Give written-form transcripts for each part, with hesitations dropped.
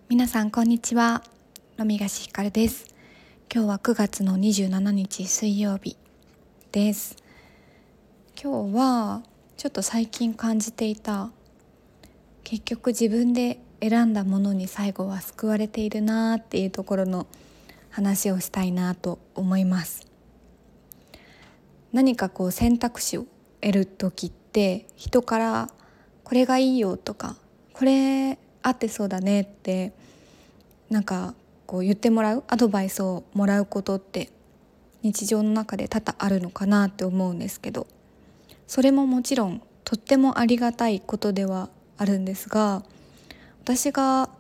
皆さんこんにちは。野見東ひかるです。今日は9月の27日水曜日です。今日はちょっと最近感じていた、結局自分で選んだものに最後は救われているなっていうところの話をしたいなと思います。何か選択肢を得る時って人からこれがいいよとかこれ合ってそうだねって言ってもらう、アドバイスをもらうことって日常の中で多々あるのかなって思うんですけど、それももちろんとってもありがたいことではあるんですが、私が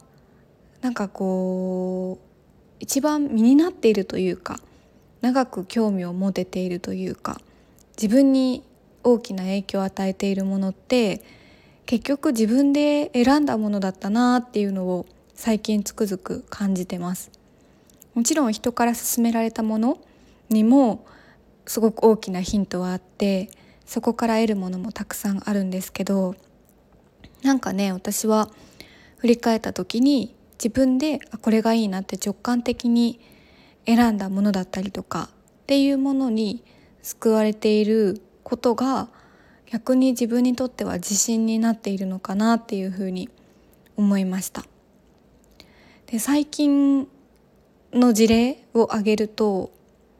一番身になっているというか、長く興味を持てているというか、自分に大きな影響を与えているものって結局自分で選んだものだったなっていうのを最近つくづく感じてます。もちろん人から勧められたものにもすごく大きなヒントはあって、そこから得るものもたくさんあるんですけど、私は振り返った時に自分でこれがいいなって直感的に選んだものだったりとかっていうものに救われていることが、逆に自分にとっては自信になっているのかなっていうふうに思いました。で、最近の事例を挙げると、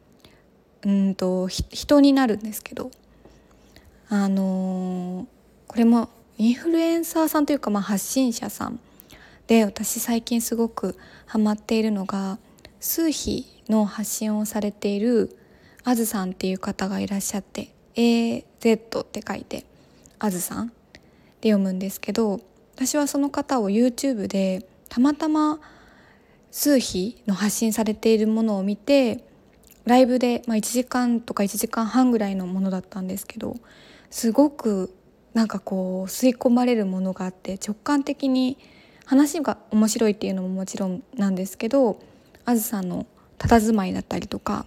人になるんですけど、これもインフルエンサーさんというか、発信者さんで、私最近すごくハマっているのが、数秘の発信をされているあずさんっていう方がいらっしゃって、 AZ って書いてあずさんで読むんですけど、私はその方を YouTube でたまたま数秘の発信されているものを見て、ライブで、1時間とか1時間半ぐらいのものだったんですけど、すごく吸い込まれるものがあって、直感的に話が面白いっていうのももちろんなんですけど、あずさんの佇まいだったりとか、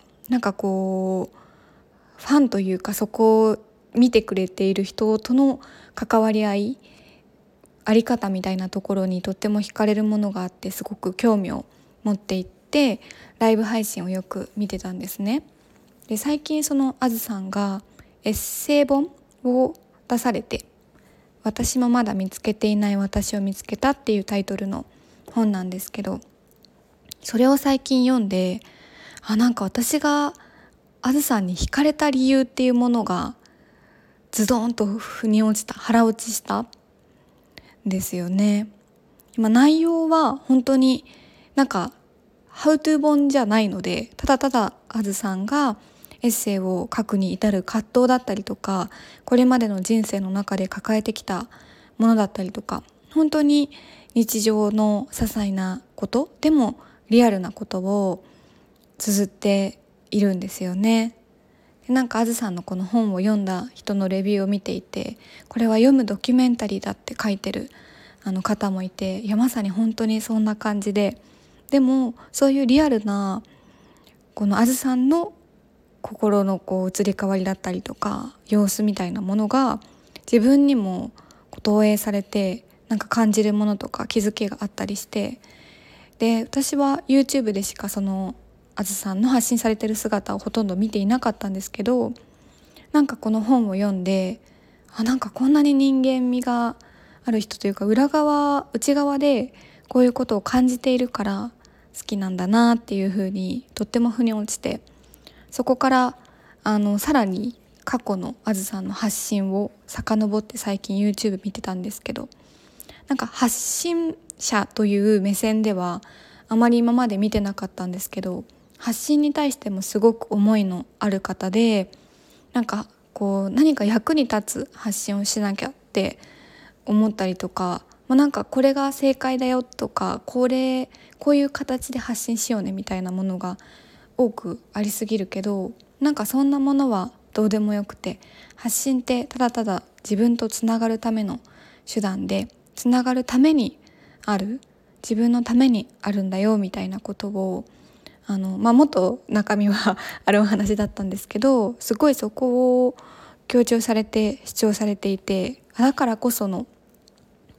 ファンというか、そこを見てくれている人との関わり合い、あり方みたいなところにとっても惹かれるものがあって、すごく興味を持っていって、ライブ配信をよく見てたんですね。で、最近そのあずさんがエッセイ本を出されて、私もまだ見つけていない私を見つけたっていうタイトルの本なんですけど、それを最近読んで、私があずさんに惹かれた理由っていうものがズドンと腑に落ちた、腹落ちしたんですよね。内容は本当にハウトゥー本じゃないので、ただただあずさんがエッセイを書くに至る葛藤だったりとか、これまでの人生の中で抱えてきたものだったりとか、本当に日常の些細なことでもリアルなことを綴っているんですよね。で、あずさんのこの本を読んだ人のレビューを見ていて、これは読むドキュメンタリーだって書いてる方もいて、いやまさに本当にそんな感じで、でもそういうリアルなこのあずさんの心の移り変わりだったりとか様子みたいなものが自分にも投影されて、感じるものとか気づきがあったりして、で、私は YouTube でしかそのあずさんの発信されてる姿をほとんど見ていなかったんですけど、この本を読んで、こんなに人間味がある人というか、内側でこういうことを感じているから好きなんだなっていうふうにとっても腑に落ちて、そこからさらに過去のあずさんの発信を遡って最近 YouTube 見てたんですけど、発信者という目線ではあまり今まで見てなかったんですけど、発信に対してもすごく思いのある方で、何か役に立つ発信をしなきゃって思ったりとか、これが正解だよとか、こういう形で発信しようねみたいなものが多くありすぎるけど、そんなものはどうでもよくて、発信ってただただ自分とつながるための手段で、つながるためにある、自分のためにあるんだよみたいなことをもっと中身はあるお話だったんですけど、すごいそこを強調されて主張されていて、だからこその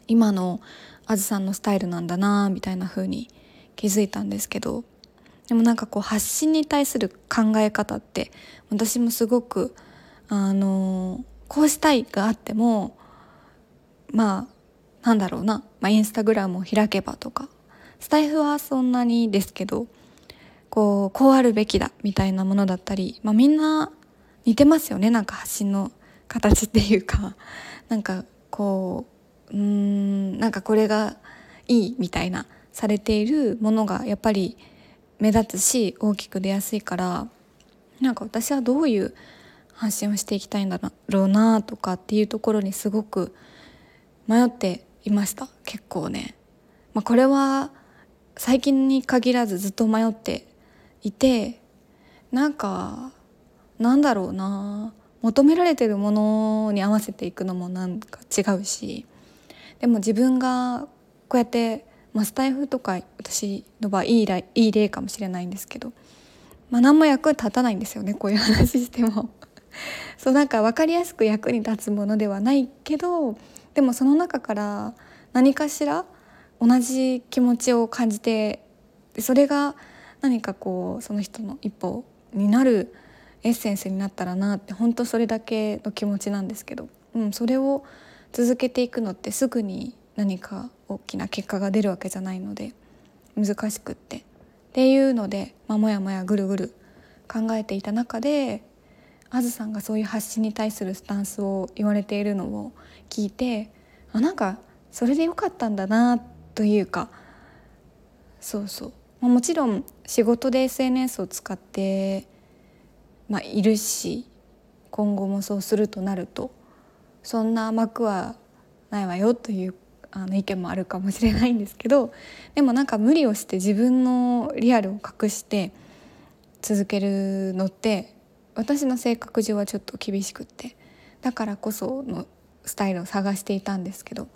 今のあずさんのスタイルなんだなみたいな風に気づいたんですけど、でもなんかこう発信に対する考え方って私もすごくこうしたいがあってもなんだろうな、インスタグラムを開けばとか、スタイフはそんなにですけど、こうあるべきだみたいなものだったり、みんな似てますよね、なんか発信の形っていうか、なんかこうなんかこれがいいみたいなされているものがやっぱり目立つし大きく出やすいから、なんか私はどういう発信をしていきたいんだろうなとかっていうところにすごく迷っていました。結構ね、これは最近に限らずずっと迷っていて、なんだろうな、求められてるものに合わせていくのもなんか違うし、でも自分がこうやって、スタイフとか私の場合いい例かもしれないんですけど、何も役立たないんですよね、こういう話してもそう、なんか分かりやすく役に立つものではないけど、でもその中から何かしら同じ気持ちを感じて、それが何かこうその人の一歩になるエッセンスになったらなって、本当それだけの気持ちなんですけど、それを続けていくのってすぐに何か大きな結果が出るわけじゃないので難しくっていうので、もやもやぐるぐる考えていた中で、あずさんがそういう発信に対するスタンスを言われているのを聞いて、なんかそれでよかったんだなというか、そうそう、もちろん仕事で SNS を使って、いるし、今後もそうするとなるとそんな甘くはないわよという意見もあるかもしれないんですけど、でもなんか無理をして自分のリアルを隠して続けるのって私の性格上はちょっと厳しくって、だからこそのスタイルを探していたんですけど、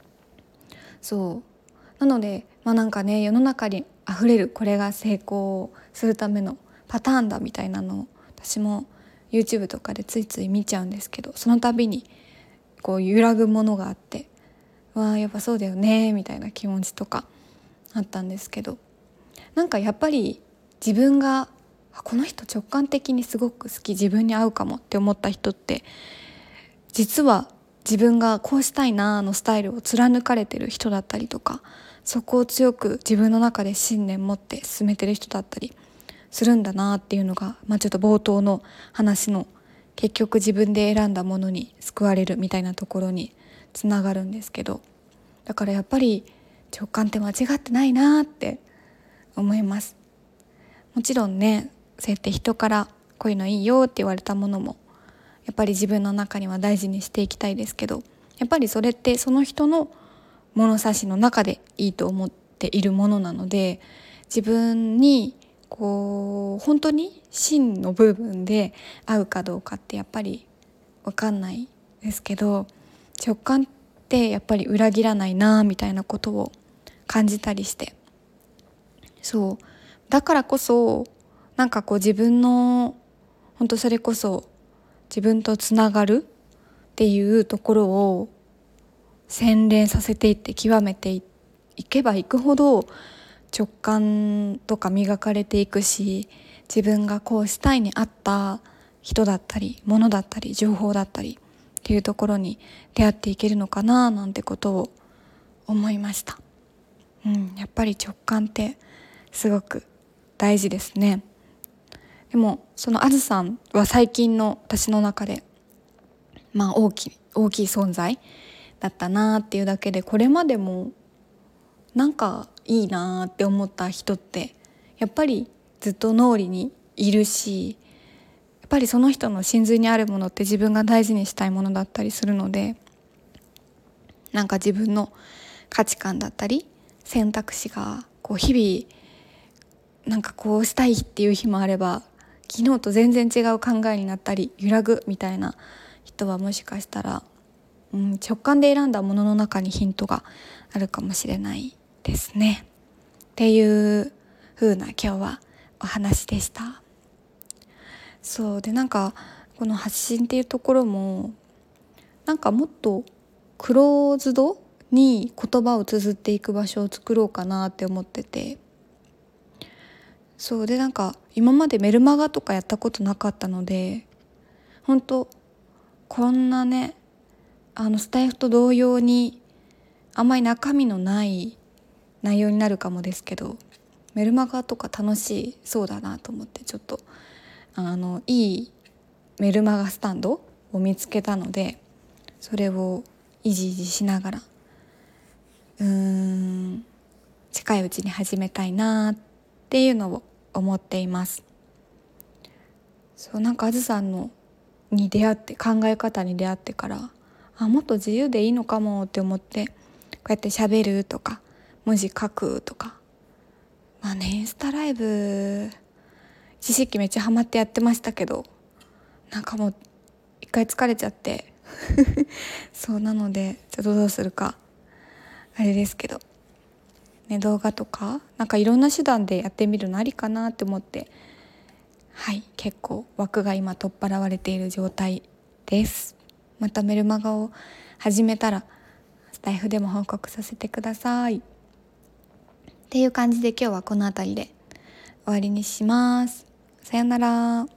そうなので、なんかね、世の中に溢れるこれが成功するためのパターンだみたいなのを私も YouTube とかでついつい見ちゃうんですけど、その度にこう揺らぐものがあって、やっぱそうだよねみたいな気持ちとかあったんですけど、なんかやっぱり自分がこの人直感的にすごく好き、自分に合うかもって思った人って、実は自分がこうしたいなのスタイルを貫かれてる人だったりとか、そこを強く自分の中で信念持って進めてる人だったりするんだなっていうのが、ちょっと冒頭の話の結局自分で選んだものに救われるみたいなところにつながるんですけど、だからやっぱり直感って間違ってないなって思います。もちろんね、そうやって人からこういうのいいよって言われたものもやっぱり自分の中には大事にしていきたいですけど、やっぱりそれってその人の物差しの中でいいと思っているものなので、自分にこう本当に真の部分で合うかどうかってやっぱり分かんないですけど、直感ってやっぱり裏切らないなみたいなことを感じたりして、そうだからこそなんかこう自分の本当それこそ自分とつながるっていうところを洗練させていって極めていけばいくほど直感とか磨かれていくし、自分がこうしたいに合った人だったり物だったり情報だったりっていうところに出会っていけるのかななんてことを思いました。やっぱり直感ってすごく大事ですね。でもそのあずさんは最近の私の中で大きい存在だったなっていうだけで、これまでもなんかいいなって思った人ってやっぱりずっと脳裏にいるし、やっぱりその人の真髄にあるものって自分が大事にしたいものだったりするので、なんか自分の価値観だったり選択肢がこう日々なんかこうしたいっていう日もあれば、昨日と全然違う考えになったり揺らぐみたいな人はもしかしたら、直感で選んだものの中にヒントがあるかもしれないですねっていう風な今日はお話でした。そうで、なんかこの発信っていうところもなんかもっとクローズドに言葉を綴っていく場所を作ろうかなって思ってて、そうでなんか今までメルマガとかやったことなかったので、本当こんなねスタイフと同様にあんまり中身のない内容になるかもですけど、メルマガとか楽しそうだなと思って、ちょっといいメルマガスタンドを見つけたので、それをいじいじしながら近いうちに始めたいなっていうのを思っています。そうなんかあずさんのに出会って考え方に出会ってから、もっと自由でいいのかもって思って、こうやって喋るとか文字書くとか、インスタライブ知識めっちゃハマってやってましたけど、なんかもう一回疲れちゃってそうなのでちょっとどうするかあれですけどね、動画とかなんかいろんな手段でやってみるのありかなって思って、結構枠が今取っ払われている状態です。またメルマガを始めたらスタイフでも報告させてくださいっていう感じで、今日はこの辺りで終わりにします。さよなら。